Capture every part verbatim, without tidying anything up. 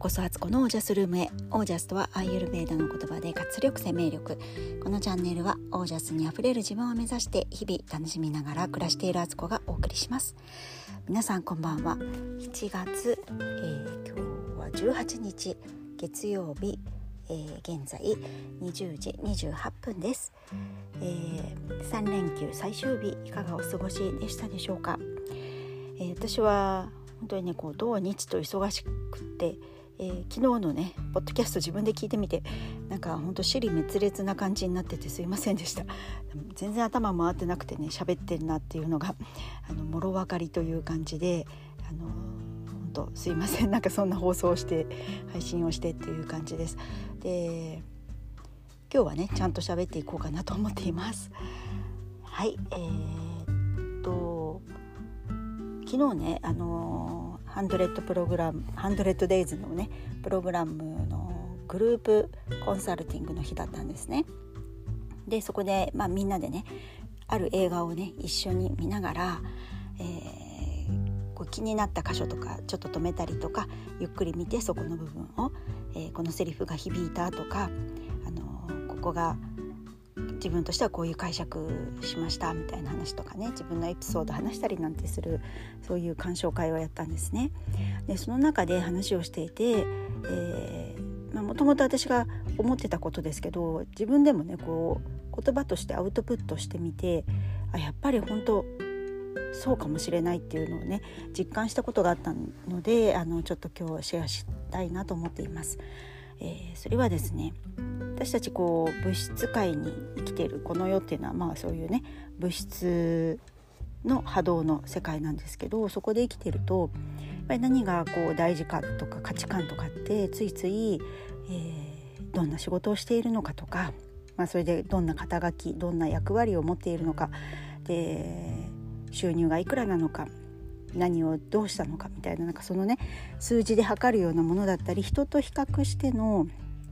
こそアツコのオージャスルームへ。オージャスとはアーユルヴェーダの言葉で活力、生命力。このチャンネルはオージャスにあふれる自分を目指して日々楽しみながら暮らしているアツコがお送りします。皆さんこんばんは。しちがつ、えー、今日はじゅうはちにち月曜日、えー、現在にじゅうじにじゅうはっぷんです。えー、さんれんきゅう最終日、いかがお過ごしでしたでしょうか。えー、私は本当にねこう土日と忙しくって、えー、昨日のねポッドキャスト自分で聞いてみて、なんか本当尻滅裂な感じになっててすいませんでした。全然頭回ってなくてね、喋ってるなっていうのがあのもろ分かりという感じで、あの本当すいません。なんかそんな放送をして配信をしてっていう感じです。で今日はねちゃんと喋っていこうかなと思っています。はい、えー、っと昨日ねあのハンドレッドプログラムハンドレッドデイズのねプログラムのグループコンサルティングの日だったんですね。でそこで、まあ、みんなでねある映画をね一緒に見ながら、えー、こう気になった箇所とかちょっと止めたりとか、ゆっくり見てそこの部分を、えー、このセリフが響いたとか、あのここが自分としてはこういう解釈しましたみたいな話とかね、自分のエピソード話したりなんてする、そういう鑑賞会をやったんですね。でその中で話をしていて、えーまあ、もともと私が思ってたことですけど、自分でもねこう言葉としてアウトプットしてみて、あやっぱり本当そうかもしれないっていうのをね実感したことがあったので、あのちょっと今日シェアしたいなと思っています。えー、それはですね、私たちこう物質界に生きているこの世っていうのは、まあそういうね物質の波動の世界なんですけど、そこで生きているとやっぱり何がこう大事かとか価値観とかってついつい、えー、どんな仕事をしているのかとか、まあ、それでどんな肩書きどんな役割を持っているのかで、収入がいくらなのか、何をどうしたのかみたいな、なんかそのね数字で測るようなものだったり、人と比較しての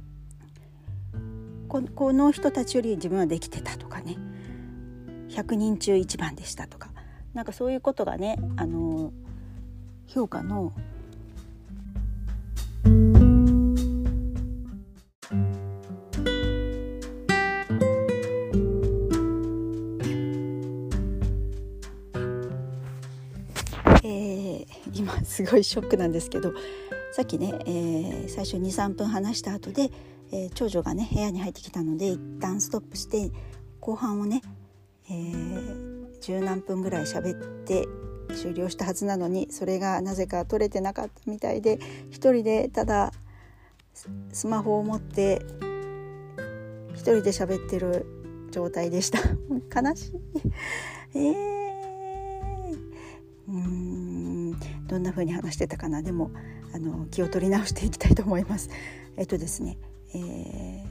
こ, この人たちより自分はできてたとかね、ひゃくにんちゅういちばんでしたとか、なんかそういうことがねあの評価の今すごいショックなんですけど、さっきね、えー、最初 にさんぷん話した後で、えー、長女がね部屋に入ってきたので一旦ストップして後半をね、えー、十何分ぐらい喋って終了したはずなのに、それがなぜか取れてなかったみたいで、一人でただスマホを持って一人で喋ってる状態でした。悲しい。えー、うーんどんな風に話してたかな。でもあの気を取り直していきたいと思います。えっとですね、え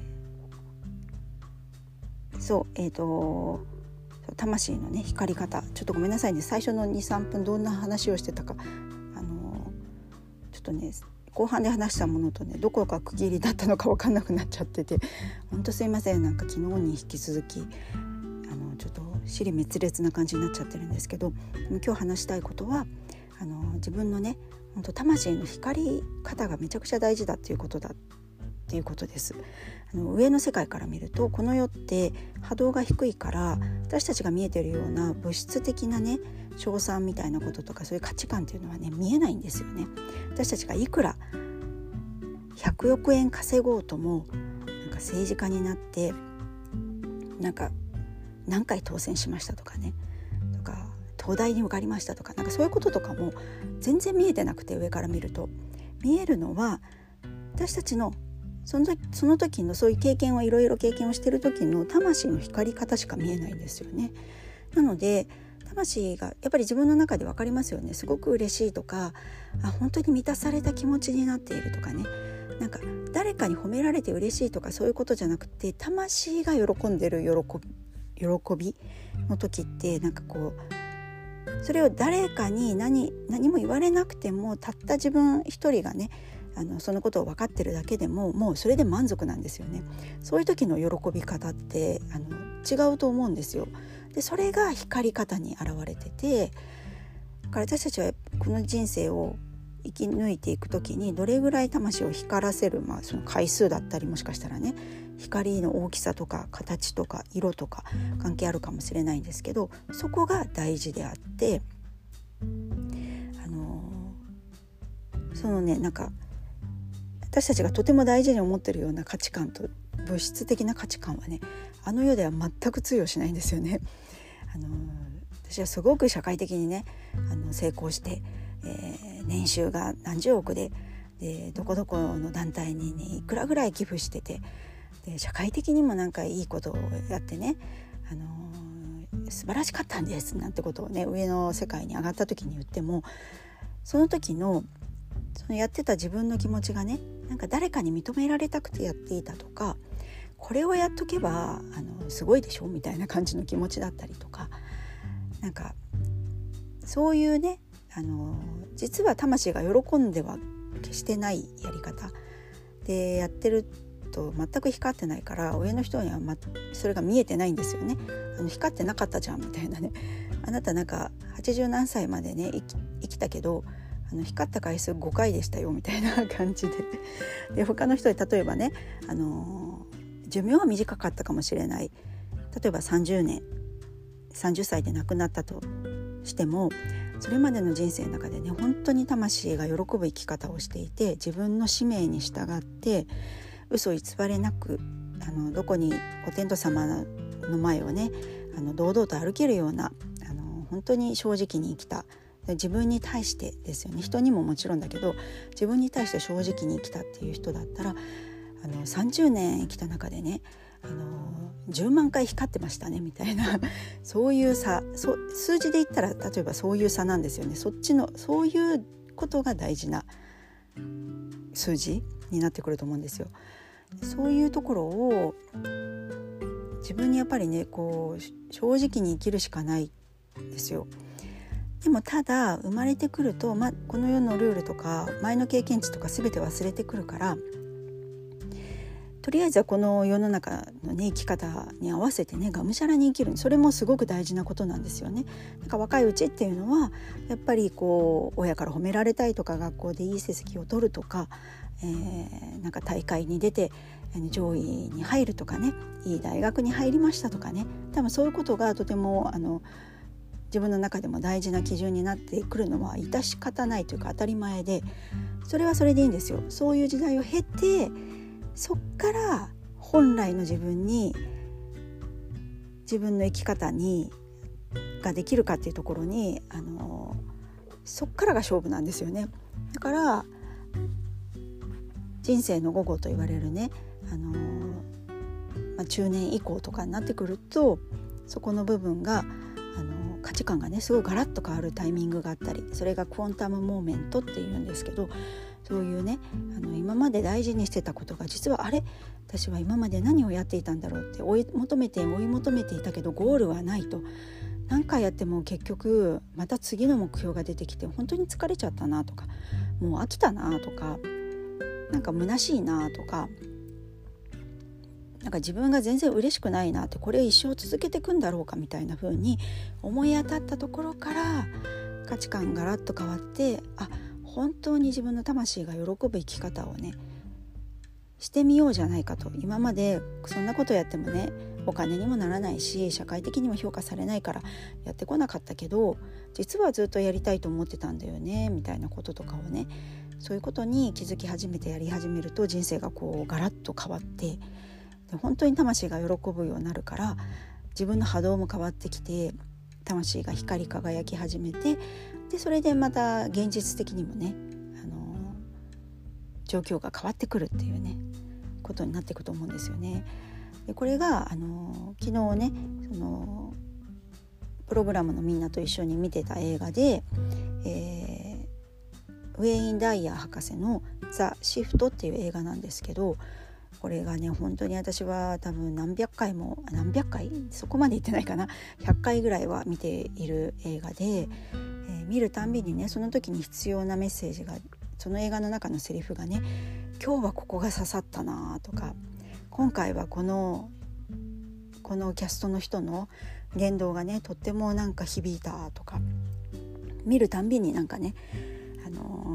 ー、そうえっと魂のね光り方、ちょっとごめんなさいね、最初の にさんぷんどんな話をしてたか、あのちょっとね後半で話したものとねどこが区切りだったのか分かんなくなっちゃってて、本当すいません。なんか昨日に引き続きあのちょっと尻滅裂な感じになっちゃってるんですけど、今日話したいことはあの自分のね本当魂の光り方がめちゃくちゃ大事だっていうことだっていうことです。あの上の世界から見るとこの世って波動が低いから、私たちが見えているような物質的なね賞賛みたいなこととか、そういう価値観っていうのはね見えないんですよね。私たちがいくらひゃくおくえん稼ごうとも、なんか政治家になってなんか何回当選しましたとかね、とか東大に受かりましたとか、なんかそういうこととかも全然見えてなくて、上から見ると見えるのは私たちのその時、その時のそういう経験をいろいろ経験をしている時の魂の光り方しか見えないんですよね。なので魂がやっぱり自分の中で分かりますよね。すごく嬉しいとか、あ本当に満たされた気持ちになっているとかね、なんか誰かに褒められて嬉しいとかそういうことじゃなくて、魂が喜んでる喜び、喜びの時って、なんかこうそれを誰かに 何, 何も言われなくても、たった自分一人がねあのそのことを分かってるだけでももうそれで満足なんですよね。そういう時の喜び方ってあの違うと思うんですよ。でそれが光り方に現れてて、だから私たちはこの人生を生き抜いていく時にどれぐらい魂を光らせる、まあ、その回数だったり、もしかしたらね光の大きさとか形とか色とか関係あるかもしれないんですけど、そこが大事であって、あのー、そのねなんか私たちがとても大事に思ってるような価値観と物質的な価値観はね、あの世では全く通用しないんですよね。あのー、私はすごく社会的にねあの成功して、えー、年収が何十億で、でどこどこの団体に、ね、いくらぐらい寄付してて、で社会的にもなんかいいことをやってね、あのー、素晴らしかったんですなんてことをね上の世界に上がった時に言っても、その時のそのやってた自分の気持ちがね、なんか誰かに認められたくてやっていたとか、これをやっとけばあのすごいでしょみたいな感じの気持ちだったりとか、なんかそういうね、あの実は魂が喜んでは決してないやり方でやってると全く光ってないから、上の人には、ま、それが見えてないんですよね。あの光ってなかったじゃんみたいなね、あなたなんかはちじゅう何歳までね生き、生きたけどあの光った回数ごかいでしたよみたいな感じで、で他の人に例えばね、あの寿命は短かったかもしれない、例えばさんじゅうねんさんじゅっさいで亡くなったとしても、それまでの人生の中でね本当に魂が喜ぶ生き方をしていて、自分の使命に従って嘘偽れなく、あのどこにお天道様の前をねあの堂々と歩けるような、あの本当に正直に生きた、自分に対してですよね、人にももちろんだけど自分に対して正直に生きたっていう人だったら、あのさんじゅうねん生きた中でね、あのじゅうまんかい光ってましたねみたいなそういう差、そ数字で言ったら例えばそういう差なんですよね。そっちのそういうことが大事な数字になってくると思うんですよ。そういうところを自分にやっぱりねこう正直に生きるしかないんですよ。でもただ生まれてくると、ま、この世のルールとか前の経験値とか全て忘れてくるから、とりあえずはこの世の中の、ね、生き方に合わせてねがむしゃらに生きる、それもすごく大事なことなんですよね。なんか若いうちっていうのはやっぱりこう親から褒められたいとか、学校でいい成績を取るとか、えー、なんか大会に出て上位に入るとかね、いい大学に入りましたとかね、多分そういうことがとてもあの自分の中でも大事な基準になってくるのは致し方ないというか当たり前で、それはそれでいいんですよ。そういう時代を経て、そっから本来の自分に、自分の生き方にができるかっていうところに、あのそっからが勝負なんですよね。だから人生の午後と言われるね、あの、まあ、中年以降とかになってくると、そこの部分があの価値観がねすごいガラッと変わるタイミングがあったり、それがクォンタムモーメントっていうんですけど、そういうねあの今まで大事にしてたことが、実はあれ私は今まで何をやっていたんだろうって追い求めて追い求めていたけどゴールはないと、何回やっても結局また次の目標が出てきて本当に疲れちゃったなとか、もう飽きたなとか、なんか虚しいなとか、なんか自分が全然嬉しくないなって、これ一生続けていくんだろうかみたいな風に思い当たったところから価値観がガラッと変わって、あ、本当に自分の魂が喜ぶ生き方をねしてみようじゃないかと。今までそんなことやってもねお金にもならないし社会的にも評価されないからやってこなかったけど、実はずっとやりたいと思ってたんだよねみたいなこととかをね、そういうことに気づき始めてやり始めると、人生がこうガラッと変わって、で本当に魂が喜ぶようになるから、自分の波動も変わってきて魂が光り輝き始めて、でそれでまた現実的にもね、あの状況が変わってくるっていうねことになっていくと思うんですよね。でこれがあの昨日ねそのプログラムのみんなと一緒に見てた映画で、えー、ウェイン・ダイヤー博士のザ・シフトっていう映画なんですけど、これがね本当に私は多分何百回も何百回そこまで言ってないかなひゃっかいぐらいは見ている映画で、えー、見るたんびにねその時に必要なメッセージが、その映画の中のセリフがね、今日はここが刺さったなとか、今回はこのこのキャストの人の言動がねとってもなんか響いたとか、見るたんびになんかね、あのー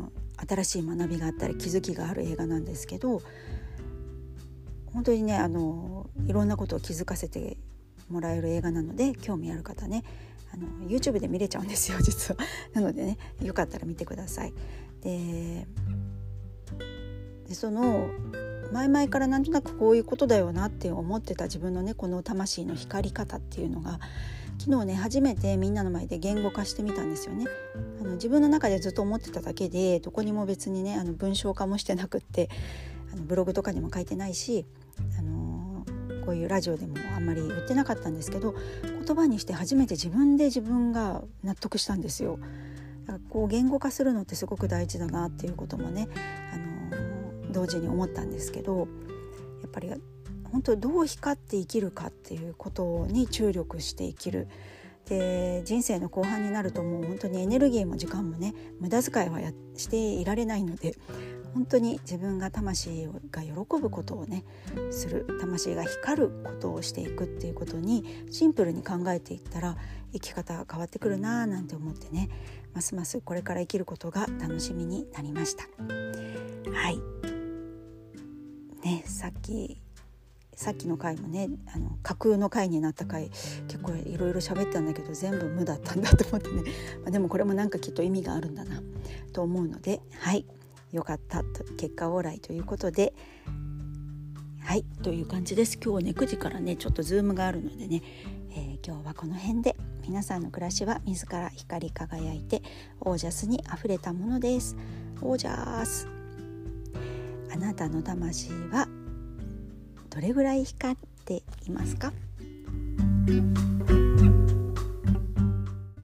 新しい学びがあったり気づきがある映画なんですけど、本当にねあのいろんなことを気づかせてもらえる映画なので、興味ある方ねあの YouTube で見れちゃうんですよ実は。なのでねよかったら見てください。ででその前々からなんとなくこういうことだよなって思ってた自分のねこの魂の光り方っていうのが昨日ね初めてみんなの前で言語化してみたんですよね。あの自分の中でずっと思ってただけで、どこにも別にねあの文章化もしてなくって、あのブログとかにも書いてないし、あのー、こういうラジオでもあんまり言ってなかったんですけど、言葉にして初めて自分で自分が納得したんですよ。だからこう言語化するのってすごく大事だなっていうこともね、あのー同時に思ったんですけど、やっぱり本当どう光って生きるかっていうことに注力して生きる。で人生の後半になるともう本当にエネルギーも時間もね無駄遣いはやしていられないので、本当に自分が魂が喜ぶことをねする、魂が光ることをしていくっていうことにシンプルに考えていったら生き方が変わってくるななんて思ってね、ますますこれから生きることが楽しみになりました。はいね、さっきさっきの回もねあの架空の回になった回結構いろいろ喋ったんだけど全部無だったんだと思ってね、まあ、でもこれもなんかきっと意味があるんだなと思うので、はいよかったと、結果オーライということで、はいという感じです。今日ねくじからねちょっとズームがあるのでね、えー、今日はこの辺で。皆さんの暮らしは自ら光り輝いてオージャスにあふれたものです。オージャス、あなたの魂はどれぐらい光っていますか？